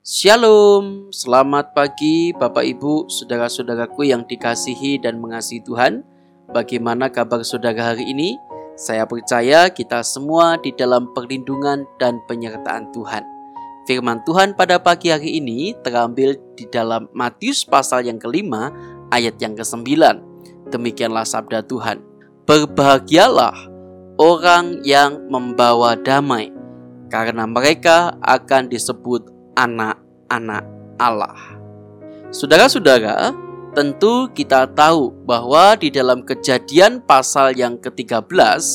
Shalom, selamat pagi Bapak Ibu, saudara-saudaraku yang dikasihi dan mengasihi Tuhan. Bagaimana kabar saudara hari ini? Saya percaya kita semua di dalam perlindungan dan penyertaan Tuhan. Firman Tuhan pada pagi hari ini terambil di dalam Matius pasal yang kelima ayat yang ke-9. Demikianlah sabda Tuhan. Berbahagialah orang yang membawa damai, karena mereka akan disebut anak-anak Allah. Saudara-saudara, tentu kita tahu bahwa di dalam Kejadian pasal yang ke-13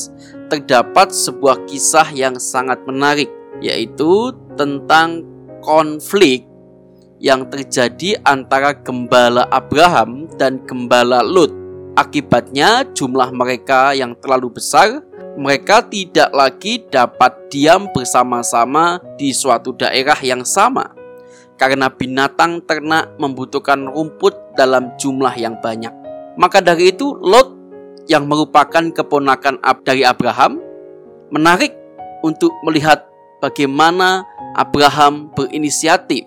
terdapat sebuah kisah yang sangat menarik, yaitu tentang konflik yang terjadi antara gembala Abraham dan gembala Lot. Akibatnya jumlah mereka yang terlalu besar, mereka tidak lagi dapat diam bersama-sama di suatu daerah yang sama karena binatang ternak membutuhkan rumput dalam jumlah yang banyak. Maka dari itu Lot yang merupakan keponakan dari Abraham menarik untuk melihat bagaimana Abraham berinisiatif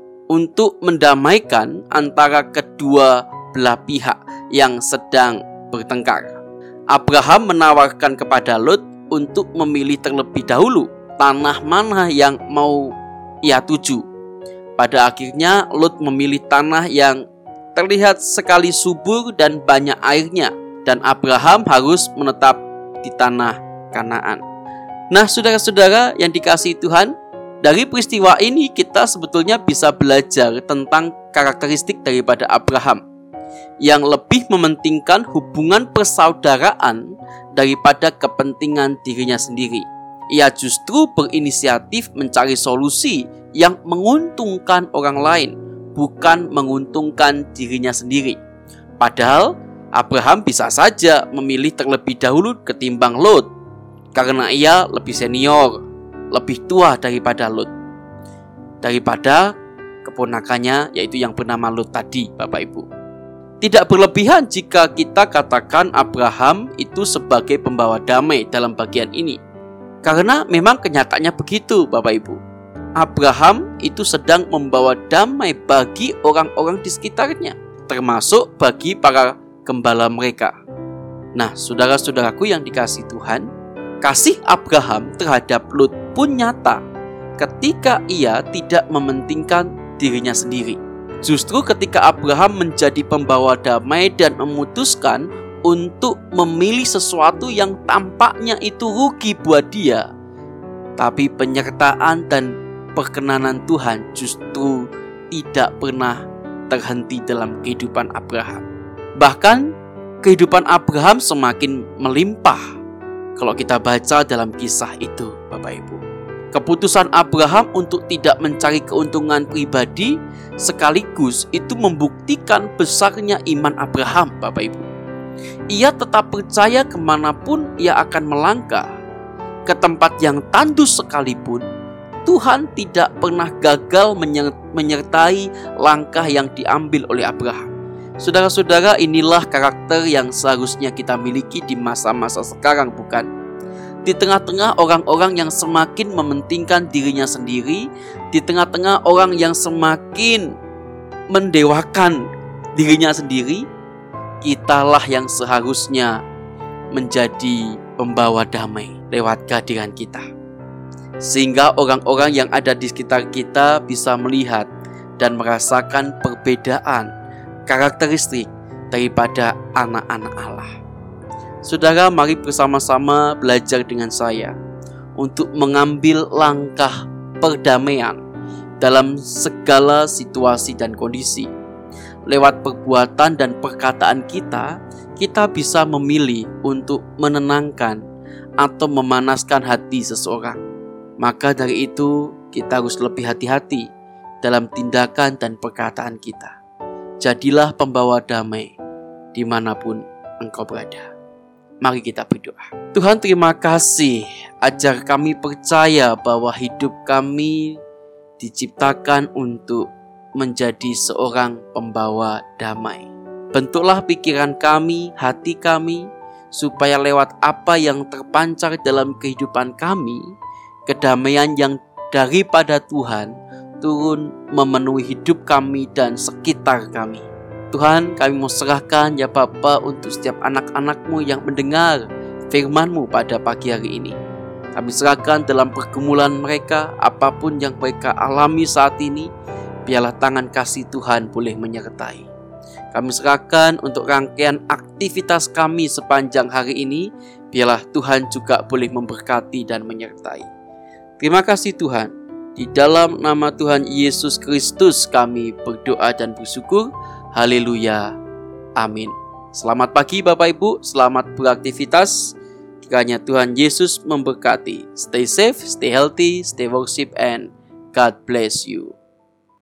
untuk mendamaikan antara kedua belah pihak yang sedang bertengkar. Abraham menawarkan kepada Lot untuk memilih terlebih dahulu tanah mana yang mau ia tuju. Pada akhirnya Lot memilih tanah yang terlihat sekali subur dan banyak airnya, dan Abraham harus menetap di tanah Kanaan. Nah, saudara-saudara yang dikasihi Tuhan, dari peristiwa ini kita sebetulnya bisa belajar tentang karakteristik daripada Abraham yang lebih mementingkan hubungan persaudaraan daripada kepentingan dirinya sendiri. Ia justru berinisiatif mencari solusi yang menguntungkan orang lain, bukan menguntungkan dirinya sendiri. Padahal Abraham bisa saja memilih terlebih dahulu ketimbang Lot, karena ia lebih senior, lebih tua daripada Lot, daripada keponakannya yaitu yang bernama Lot tadi, Bapak Ibu. Tidak berlebihan jika kita katakan Abraham itu sebagai pembawa damai dalam bagian ini. Karena memang kenyataannya begitu, Bapak Ibu. Abraham itu sedang membawa damai bagi orang-orang di sekitarnya, termasuk bagi para gembala mereka. Nah, saudara-saudaraku yang dikasihi Tuhan, kasih Abraham terhadap Lot pun nyata ketika ia tidak mementingkan dirinya sendiri. Justru ketika Abraham menjadi pembawa damai dan memutuskan untuk memilih sesuatu yang tampaknya itu rugi buat dia, tapi penyertaan dan perkenanan Tuhan justru tidak pernah terhenti dalam kehidupan Abraham. Bahkan kehidupan Abraham semakin melimpah kalau kita baca dalam kisah itu, Bapak Ibu. Keputusan Abraham untuk tidak mencari keuntungan pribadi sekaligus itu membuktikan besarnya iman Abraham, Bapak Ibu. Ia tetap percaya kemanapun ia akan melangkah, ke tempat yang tandus sekalipun, Tuhan tidak pernah gagal menyertai langkah yang diambil oleh Abraham. Saudara-saudara, inilah karakter yang seharusnya kita miliki di masa-masa sekarang, bukan? Di tengah-tengah orang-orang yang semakin mementingkan dirinya sendiri, di tengah-tengah orang yang semakin mendewakan dirinya sendiri, kitalah yang seharusnya menjadi pembawa damai lewat kehadiran kita. Sehingga orang-orang yang ada di sekitar kita bisa melihat dan merasakan perbedaan karakteristik daripada anak-anak Allah. Saudara, mari bersama-sama belajar dengan saya untuk mengambil langkah perdamaian dalam segala situasi dan kondisi. Lewat perbuatan dan perkataan kita, kita bisa memilih untuk menenangkan atau memanaskan hati seseorang. Maka dari itu, kita harus lebih hati-hati dalam tindakan dan perkataan kita. Jadilah pembawa damai dimanapun engkau berada. Mari kita berdoa. Tuhan, terima kasih, ajar kami percaya bahwa hidup kami diciptakan untuk menjadi seorang pembawa damai. Bentuklah pikiran kami, hati kami, supaya lewat apa yang terpancar dalam kehidupan kami, kedamaian yang daripada Tuhan turun memenuhi hidup kami dan sekitar kami. Tuhan, kami mau serahkan ya Bapa untuk setiap anak-anak-Mu yang mendengar firman-Mu pada pagi hari ini. Kami serahkan dalam pergumulan mereka, apapun yang mereka alami saat ini, biarlah tangan kasih Tuhan boleh menyertai. Kami serahkan untuk rangkaian aktivitas kami sepanjang hari ini, biarlah Tuhan juga boleh memberkati dan menyertai. Terima kasih Tuhan. Di dalam nama Tuhan Yesus Kristus kami berdoa dan bersyukur. Haleluya. Amin. Selamat pagi Bapak Ibu, selamat beraktivitas. Kiranya Tuhan Yesus memberkati. Stay safe, stay healthy, stay worship, and God bless you.